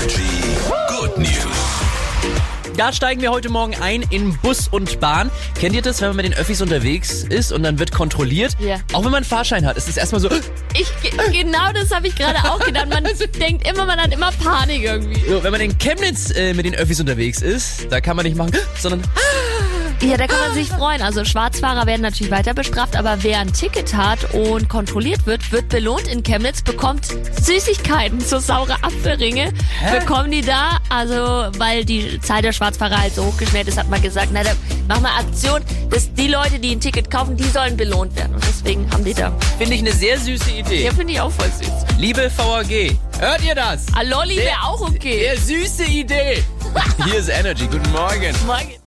Energy Good News. Da steigen wir heute Morgen ein in Bus und Bahn. Kennt ihr das, wenn man mit den Öffis unterwegs ist und dann wird kontrolliert? Ja. Auch wenn man einen Fahrschein hat, ist es erstmal so... Genau das habe ich gerade auch gedacht. Man denkt immer, man hat immer Panik irgendwie. So, wenn man in Chemnitz mit den Öffis unterwegs ist, da kann man nicht machen, sondern... Ja, da kann man sich freuen. Also Schwarzfahrer werden natürlich weiter bestraft, aber wer ein Ticket hat und kontrolliert wird, wird belohnt in Chemnitz, bekommt Süßigkeiten, so saure Apfelringe. Bekommen die da, also weil die Zahl der Schwarzfahrer halt so hochgeschnellt ist, hat man gesagt, na, da machen wir Aktion, dass die Leute, die ein Ticket kaufen, die sollen belohnt werden. Und deswegen haben die da. Finde ich eine sehr süße Idee. Ja, finde ich auch voll süß. Liebe VAG, hört ihr das? Lolli wäre auch okay. Sehr süße Idee. Hier ist Energy. Guten Morgen. Morgen.